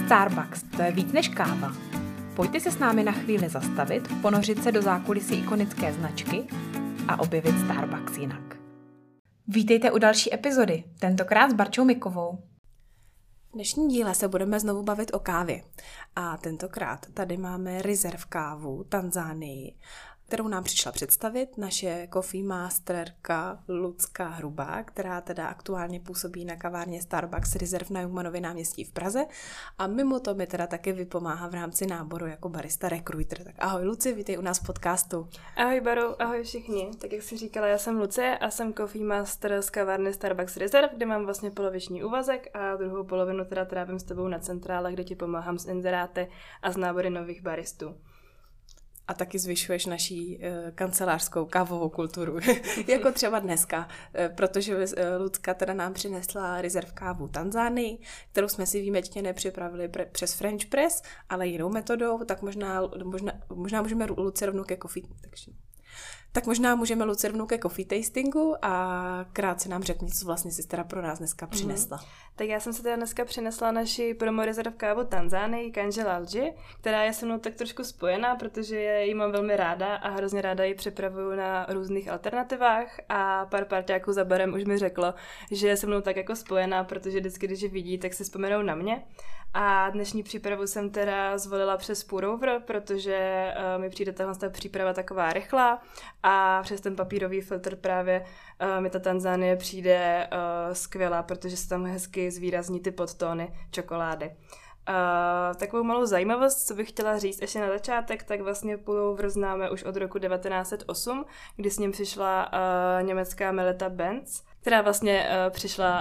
Starbucks, to je víc než káva. Pojďte se s námi na chvíli zastavit, ponořit se do zákulisí ikonické značky a objevit Starbucks jinak. Vítejte u další epizody, tentokrát s Barčou Mikovou. V dnešním díle se budeme znovu bavit o kávě. A tentokrát tady máme Reserve kávu Tanzanii, kterou nám přišla představit naše coffee masterka Lucka Hrubá, která teda aktuálně působí na kavárně Starbucks Reserve na Jungmannově náměstí v Praze a mimo to mi teda také vypomáhá v rámci náboru jako barista recruiter. Tak ahoj Luci, vítej u nás v podcastu. Ahoj Baru, ahoj všichni. Tak jak jsi říkala, já jsem Lucie a jsem coffee master z kavárny Starbucks Reserve, kde mám vlastně poloviční úvazek a druhou polovinu teda trávím s tebou na centrále, kde ti pomáhám s inzeráty a s nábory nových baristů. A taky zvyšuješ naší kancelářskou kávovou kulturu, jako třeba dneska, protože Lucka teda nám přinesla Reserve kávu Tanzanii, kterou jsme si výjimečně nepřipravili přes French Press, ale jinou metodou, tak možná můžeme Luci rovnou ke coffee, možná můžeme Luci rovnou ke coffee tastingu a krátce nám řekni, co vlastně jsi teda pro nás dneska přinesla. Tak já jsem si teda dneska přinesla naši promo Reserve kávu Tanzanii, Kanjilalji, která je se mnou tak trošku spojená, protože ji mám velmi ráda a hrozně ráda ji připravuju na různých alternativách a pár parťáků za barem už mi řeklo, že je se mnou tak jako spojená, protože vždycky, když ji vidí, tak si vzpomenou na mě. A dnešní přípravu jsem teda zvolila přes pour over, protože mi přijde ta příprava taková rychlá a přes ten papírový filtr právě mi ta Tanzanie přijde skvělá, protože se tam hezky zvýrazní ty podtóny čokolády. Takovou malou zajímavost, co bych chtěla říct ještě na začátek, tak vlastně pullover známe už od roku 1908, kdy s ním přišla německá Melita Benz, která vlastně přišla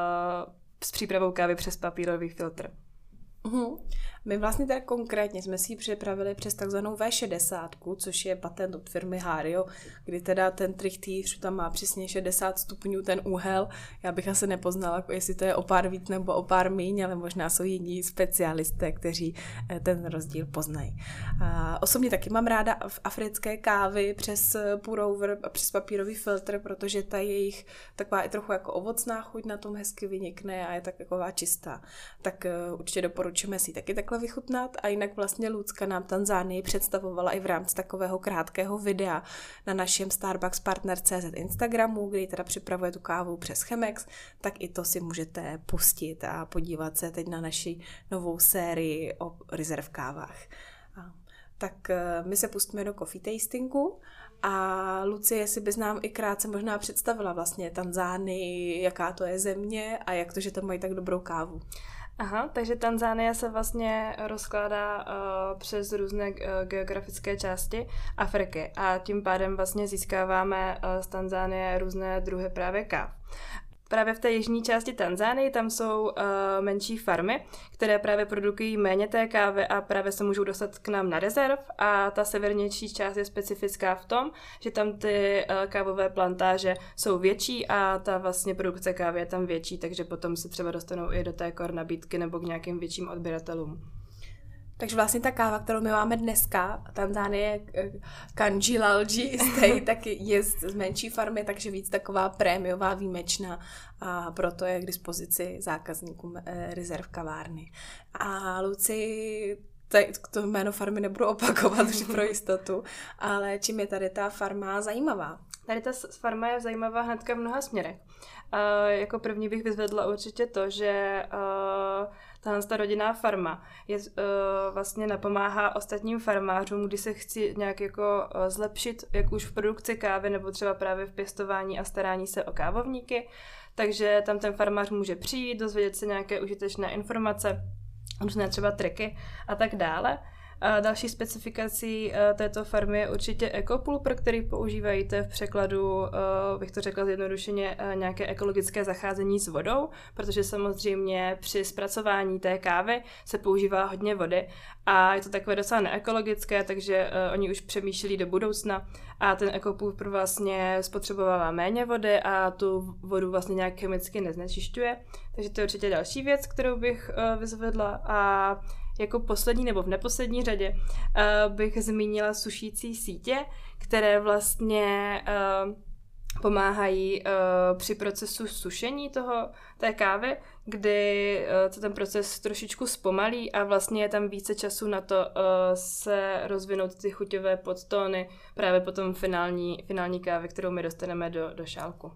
s přípravou kávy přes papírový filtr. My vlastně teda konkrétně jsme si ji připravili přes takzvanou V60, což je patent od firmy Hario, kdy teda ten trichtýř tam má přesně 60 stupňů ten úhel. Já bych asi nepoznala, jestli to je o pár víc nebo o pár míň, ale možná jsou jiní specialisté, kteří ten rozdíl poznají. A osobně taky mám ráda v africké kávy přes pour over a přes papírový filtr, protože ta jejich taková i trochu jako ovocná chuť na tom hezky vynikne a je tak taková čistá. Tak určitě doporučujeme si taky takhle vychutnat a jinak vlastně Lucka nám Tanzanii představovala i v rámci takového krátkého videa na našem Starbucks Partner.cz Instagramu, kde teda připravuje tu kávu přes Chemex, tak i to si můžete pustit a podívat se teď na naši novou sérii o Reserve kávách. Tak my se pustíme do coffee tastingu a Lucie, jestli bys nám i krátce možná představila vlastně Tanzanii, jaká to je země a jak to, že tam mají tak dobrou kávu. Aha, takže Tanzanie se vlastně rozkládá přes různé geografické části Afriky a tím pádem vlastně získáváme z Tanzanie různé druhy právě káv. Právě v té jižní části Tanzanii tam jsou menší farmy, které právě produkují méně té kávy a právě se můžou dostat k nám na Reserve a ta severnější část je specifická v tom, že tam ty kávové plantáže jsou větší a ta vlastně produkce kávy je tam větší, takže potom se třeba dostanou i do té core nabídky nebo k nějakým větším odběratelům. Takže vlastně ta káva, kterou my máme dneska, Tanzanie Kanjilalji Estate, tak je z menší farmy, takže víc taková prémiová, výjimečná a proto je k dispozici zákazníkům Reserve kavárny. A Luci, to jméno farmy nebudu opakovat už pro jistotu, ale čím je tady ta farma zajímavá? Tady ta farma je zajímavá hnedka v mnoha směrech. Jako první bych vyzvedla určitě to, že ta rodinná farma vlastně napomáhá ostatním farmářům, když se chci nějak jako zlepšit, jak už v produkci kávy nebo třeba právě v pěstování a starání se o kávovníky. Takže tam ten farmář může přijít, dozvědět se nějaké užitečné informace, různé třeba triky a tak dále. A další specifikací této farmy je určitě EcoPool, pro který používají, to je v překladu, bych to řekla zjednodušeně, nějaké ekologické zacházení s vodou, protože samozřejmě při zpracování té kávy se používá hodně vody a je to takové docela neekologické, takže oni už přemýšlí do budoucna a ten EcoPool vlastně spotřebovává méně vody a tu vodu vlastně nějak chemicky neznečišťuje, takže to je určitě další věc, kterou bych vyzvedla a jako poslední nebo v neposlední řadě bych zmínila sušící sítě, které vlastně pomáhají při procesu sušení té kávy, kdy to ten proces trošičku zpomalí a vlastně je tam více času na to se rozvinout ty chuťové podtóny právě potom finální kávy, kterou my dostaneme do šálku.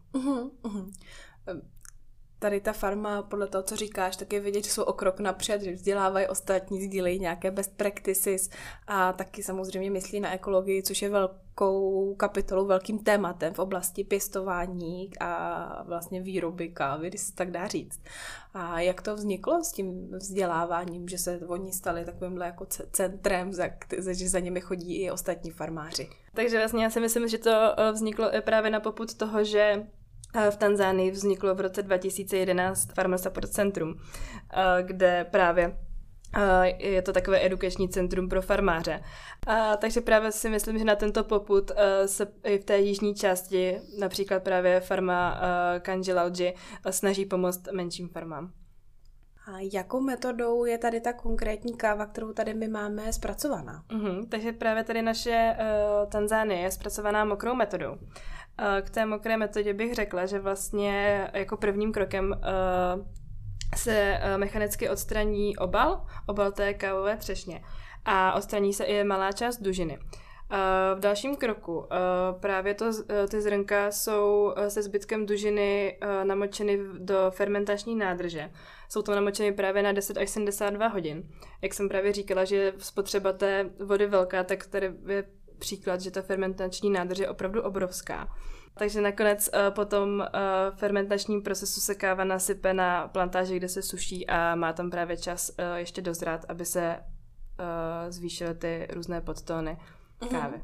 Tady ta farma, podle toho, co říkáš, tak je vidět, že jsou o krok napřed, že vzdělávají ostatní, sdílejí nějaké best practices a taky samozřejmě myslí na ekologii, což je velkou kapitolou, velkým tématem v oblasti pěstování a vlastně výroby kávy, když se tak dá říct. A jak to vzniklo s tím vzděláváním, že se oni stali takovýmhle jako centrem, že za nimi chodí i ostatní farmáři? Takže vlastně já si myslím, že to vzniklo právě na popud toho, že v Tanzánii vzniklo v roce 2011 Farmer Support Centrum, kde právě je to takové edukační centrum pro farmáře. Takže právě si myslím, že na tento popud se i v té jižní části, například právě farma Kanjilalji, snaží pomoct menším farmám. A jakou metodou je tady ta konkrétní káva, kterou tady my máme zpracovaná? Takže právě tady naše Tanzánie je zpracovaná mokrou metodou. K té mokré metodě bych řekla, že vlastně jako prvním krokem se mechanicky odstraní obal té kávové třešně a odstraní se i malá část dužiny. V dalším kroku právě ty zrnka jsou se zbytkem dužiny namočeny do fermentační nádrže. Jsou to namočeny právě na 10 až 72 hodin. Jak jsem právě říkala, že je spotřeba té vody velká, tak tady je příklad, že ta fermentační nádrž je opravdu obrovská. Takže nakonec po tom fermentačním procesu se káva nasype na plantáži, kde se suší a má tam právě čas ještě dozrát, aby se zvýšily ty různé podtóny kávy.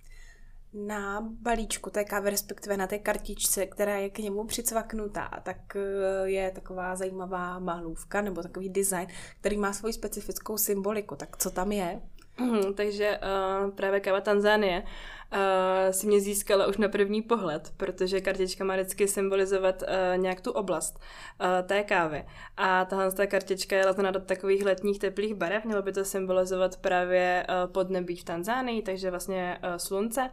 Na balíčku té kávy, respektive na té kartičce, která je k němu přicvaknutá, tak je taková zajímavá malůvka nebo takový design, který má svoji specifickou symboliku. Tak co tam je? Takže právě káva Tanzánie si mě získala už na první pohled, protože kartička má vždycky symbolizovat nějak tu oblast té kávy. A tahle kartička je latena do takových letních teplých barev, mělo by to symbolizovat právě podnebí v Tanzánii, takže vlastně slunce.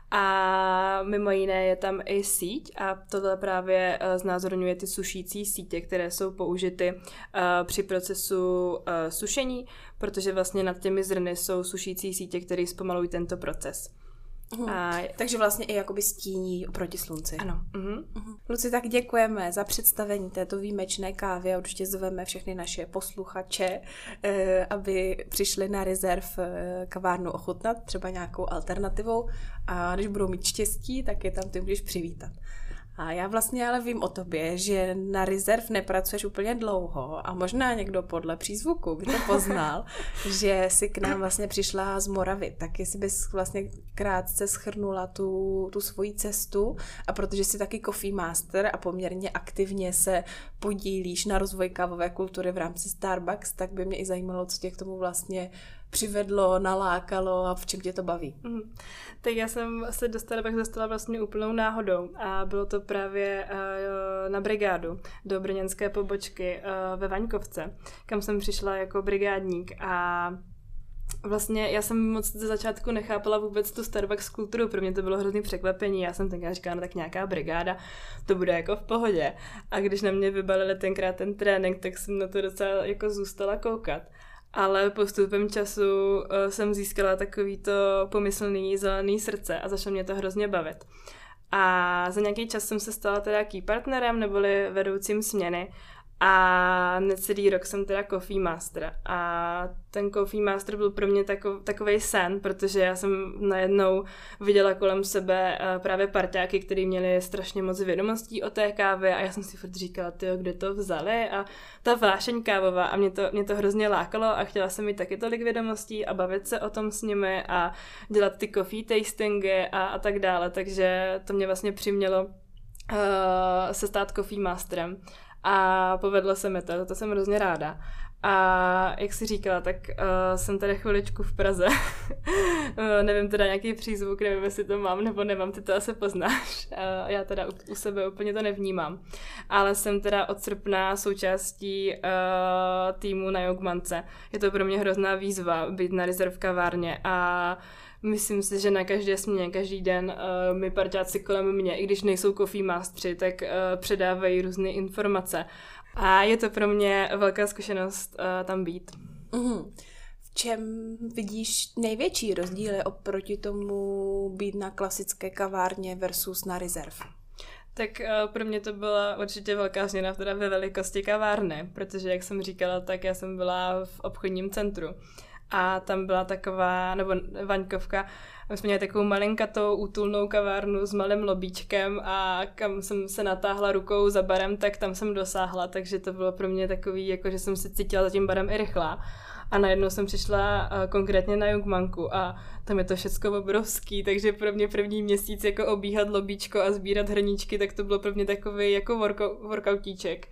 A mimo jiné je tam i síť a tohle právě znázorňuje ty sušící sítě, které jsou použity při procesu sušení, protože vlastně nad těmi zrny jsou sušící sítě, které zpomalují tento proces. Takže vlastně i jakoby stíní oproti slunci. Ano. Luci, tak děkujeme za představení této výjimečné kávy a určitě zveme všechny naše posluchače, aby přišli na Reserve kavárnu ochutnat, třeba nějakou alternativou a když budou mít štěstí, tak je tam ty můžeš přivítat. A já vlastně ale vím o tobě, že na Reserve nepracuješ úplně dlouho a možná někdo podle přízvuku by to poznal, že si k nám vlastně přišla z Moravy. Tak jestli bys vlastně krátce shrnula tu svoji cestu a protože jsi taky coffee master a poměrně aktivně se podílíš na rozvoji kávové kultury v rámci Starbucks, tak by mě i zajímalo, co tě k tomu vlastně přivedlo, nalákalo a v čem tě to baví. Tak já jsem se do Starbucks dostala vlastně úplnou náhodou a bylo to právě na brigádu do brněnské pobočky ve Vaňkovce, kam jsem přišla jako brigádník a vlastně já jsem moc ze začátku nechápala vůbec tu Starbucks kulturu, pro mě to bylo hrozný překvapení, já jsem tenkrát říkala, no tak nějaká brigáda, to bude jako v pohodě. A když na mě vybalili tenkrát ten trénink, tak jsem na to docela jako zůstala koukat. Ale postupem času jsem získala takovýto pomyslný zelený srdce a začalo mě to hrozně bavit. A za nějaký čas jsem se stala teda key partnerem neboli vedoucím směny a necelý rok jsem teda coffee master. A ten coffee master byl pro mě takovej sen, protože já jsem najednou viděla kolem sebe právě parťáky, kteří měli strašně moc vědomostí o té kávě a já jsem si furt říkala, tyjo, kde to vzali a ta vášeň kávová a mě to hrozně lákalo a chtěla jsem mít taky tolik vědomostí a bavit se o tom s nimi a dělat ty coffee tastingy a tak dále, takže to mě vlastně přimělo se stát coffee masterem. A povedlo se mi to jsem hrozně ráda. A jak jsi říkala, tak jsem tady chviličku v Praze. Nevím teda nějaký přízvuk, nevím, jestli to mám nebo nemám, ty to asi poznáš. Já teda u sebe úplně to nevnímám. Ale jsem teda od srpna součástí týmu na Jogmance. Je to pro mě hrozná výzva být na Reserve kavárně a myslím si, že na každé směně, každý den my parťáci kolem mě, i když nejsou coffee mastery, tak předávají různé informace. A je to pro mě velká zkušenost tam být. V čem vidíš největší rozdíly oproti tomu být na klasické kavárně versus na Reserve? Tak pro mě to byla určitě velká změna teda ve velikosti kavárny, protože jak jsem říkala, tak já jsem byla v obchodním centru a tam byla taková, nebo Vaňkovka, my jsme měli takovou malinkatou útulnou kavárnu s malým lobíčkem a kam jsem se natáhla rukou za barem, tak tam jsem dosáhla, takže to bylo pro mě takový, jako že jsem se cítila za tím barem i rychlá. A najednou jsem přišla konkrétně na Jungmannku a tam je to všecko obrovský, takže pro mě první měsíc jako obíhat lobíčko a sbírat hrníčky, tak to bylo pro mě takový jako workoutíček.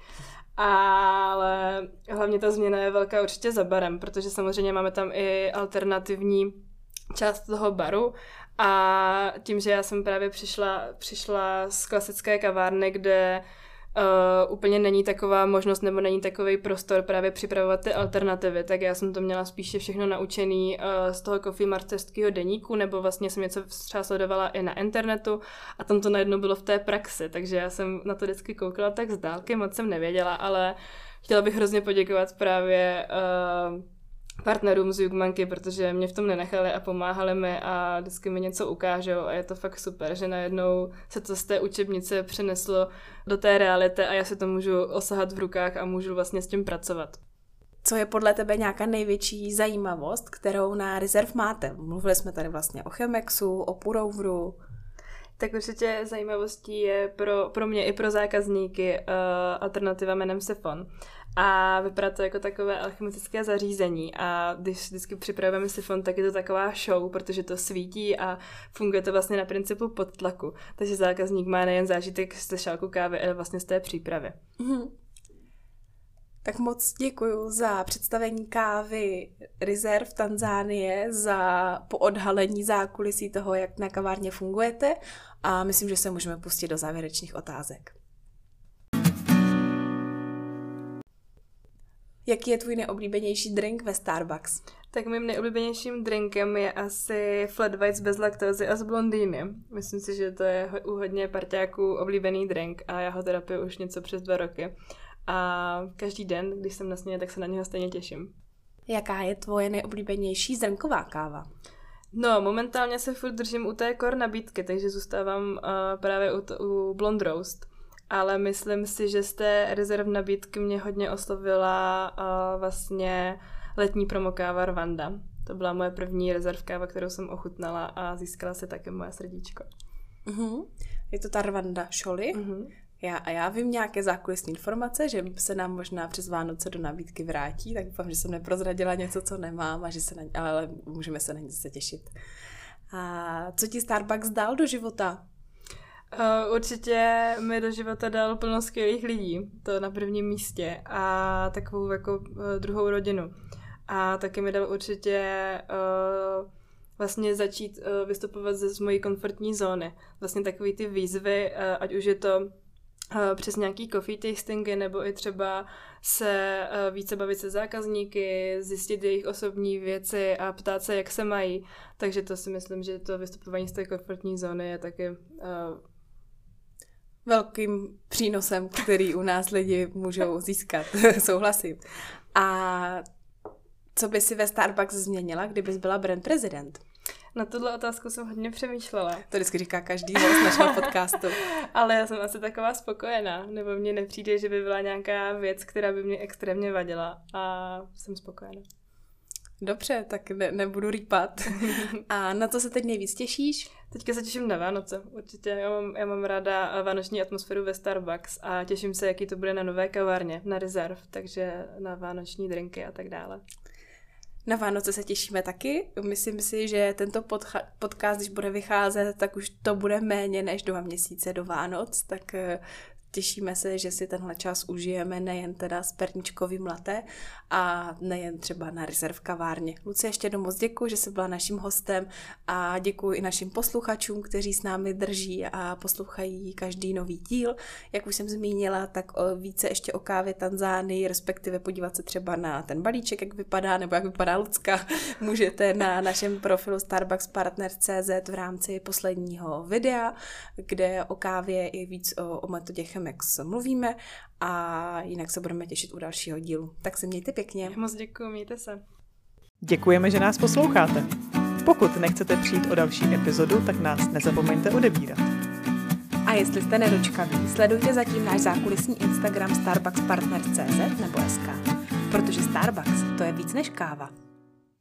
Ale hlavně ta změna je velká určitě za barem, protože samozřejmě máme tam i alternativní část toho baru a tím, že já jsem právě přišla z klasické kavárny, kde úplně není taková možnost nebo není takový prostor právě připravovat ty alternativy, tak já jsem to měla spíše všechno naučený z toho coffee masterského deníku, nebo vlastně jsem něco třeba sledovala i na internetu a tam to najednou bylo v té praxi, takže já jsem na to vždycky koukala tak z dálky, moc jsem nevěděla, ale chtěla bych hrozně poděkovat právě partnerům z Jungmannky, protože mě v tom nenechali a pomáhali mi a vždycky mi něco ukážou a je to fakt super, že najednou se to z té učebnice přeneslo do té reality a já si to můžu osahat v rukách a můžu vlastně s tím pracovat. Co je podle tebe nějaká největší zajímavost, kterou na Reserve máte? Mluvili jsme tady vlastně o Chemexu, o Puroveru. Tak určitě zajímavostí je pro mě i pro zákazníky alternativa jménem Sifon. A vypadá to jako takové alchemistické zařízení a když vždycky připravujeme sifon, tak je to taková show, protože to svítí a funguje to vlastně na principu podtlaku. Takže zákazník má nejen zážitek ze šálku kávy, ale vlastně z té přípravy. Tak moc děkuju za představení kávy Reserve Tanzánie, za poodhalení zákulisí toho, jak na kavárně fungujete a myslím, že se můžeme pustit do závěrečných otázek. Jaký je tvůj nejoblíbenější drink ve Starbucks? Tak mým nejoblíbenějším drinkem je asi flat white bez laktózy a z blondýny. Myslím si, že to je u hodně parťáků oblíbený drink a já ho teda piju už něco přes 2 roky. A každý den, když jsem na směně, tak se na něho stejně těším. Jaká je tvoje nejoblíbenější zrnková káva? No, momentálně se furt držím u té core nabídky, takže zůstávám právě u Blonde Roast. Ale myslím si, že z té Reserve nabídky mě hodně oslovila vlastně letní promokáva Rwanda. To byla moje první Reserve káva, kterou jsem ochutnala a získala si také moje srdíčko. Je to ta Rwanda Šoli. Já vím nějaké zákulisní informace, že se nám možná přes Vánoce do nabídky vrátí, tak doufám, že jsem neprozradila něco, co nemám, a že se ale můžeme se na ně zase těšit. A co ti Starbucks dal do života? Určitě mi do života dal plno skvělých lidí, to na prvním místě, a takovou jako druhou rodinu. A taky mi dal určitě vlastně začít vystupovat z mojí komfortní zóny. Vlastně takový ty výzvy, ať už je to přes nějaký coffee tastingy, nebo i třeba se více bavit se zákazníky, zjistit jejich osobní věci a ptát se, jak se mají. Takže to si myslím, že to vystupování z té komfortní zóny je taky velkým přínosem, který u nás lidi můžou získat. Souhlasím. A co by si ve Starbucks změnila, kdybys byla brand prezident? Na tuhle otázku jsem hodně přemýšlela. To vždycky říká každý host našeho podcastu. Ale já jsem asi taková spokojená, nebo mně nepřijde, že by byla nějaká věc, která by mě extrémně vadila, a jsem spokojená. Dobře, tak nebudu rýpat. A na co se teď nejvíc těšíš? Teďka se těším na Vánoce, určitě. Já mám ráda vánoční atmosféru ve Starbucks a těším se, jaký to bude na nové kavárně, na Reserve, takže na vánoční drinky a tak dále. Na Vánoce se těšíme taky. Myslím si, že tento podcast, když bude vycházet, tak už to bude méně než 2 měsíce do Vánoc, tak těšíme se, že si tenhle čas užijeme nejen teda s perničkovým latte a nejen třeba na Reserve kavárně. Lucie, ještě jednou moc děkuji, že jsi byla naším hostem a děkuji i našim posluchačům, kteří s námi drží a poslouchají každý nový díl. Jak už jsem zmínila, tak více ještě o kávě Tanzánii, respektive podívat se třeba na ten balíček, jak vypadá, nebo jak vypadá Lucka, můžete na našem profilu starbuckspartners.cz v rámci posledního videa, kde o kávě i víc o metodě Chemex mluvíme a jinak se budeme těšit u dalšího dílu. Tak se mějte pěkně. Moc děkuji, mějte se. Děkujeme, že nás posloucháte. Pokud nechcete přijít o další epizodu, tak nás nezapomeňte odebírat. A jestli jste nedočkaví, sledujte zatím náš zákulisní Instagram starbuckspartners.cz nebo SK, protože Starbucks to je víc než káva.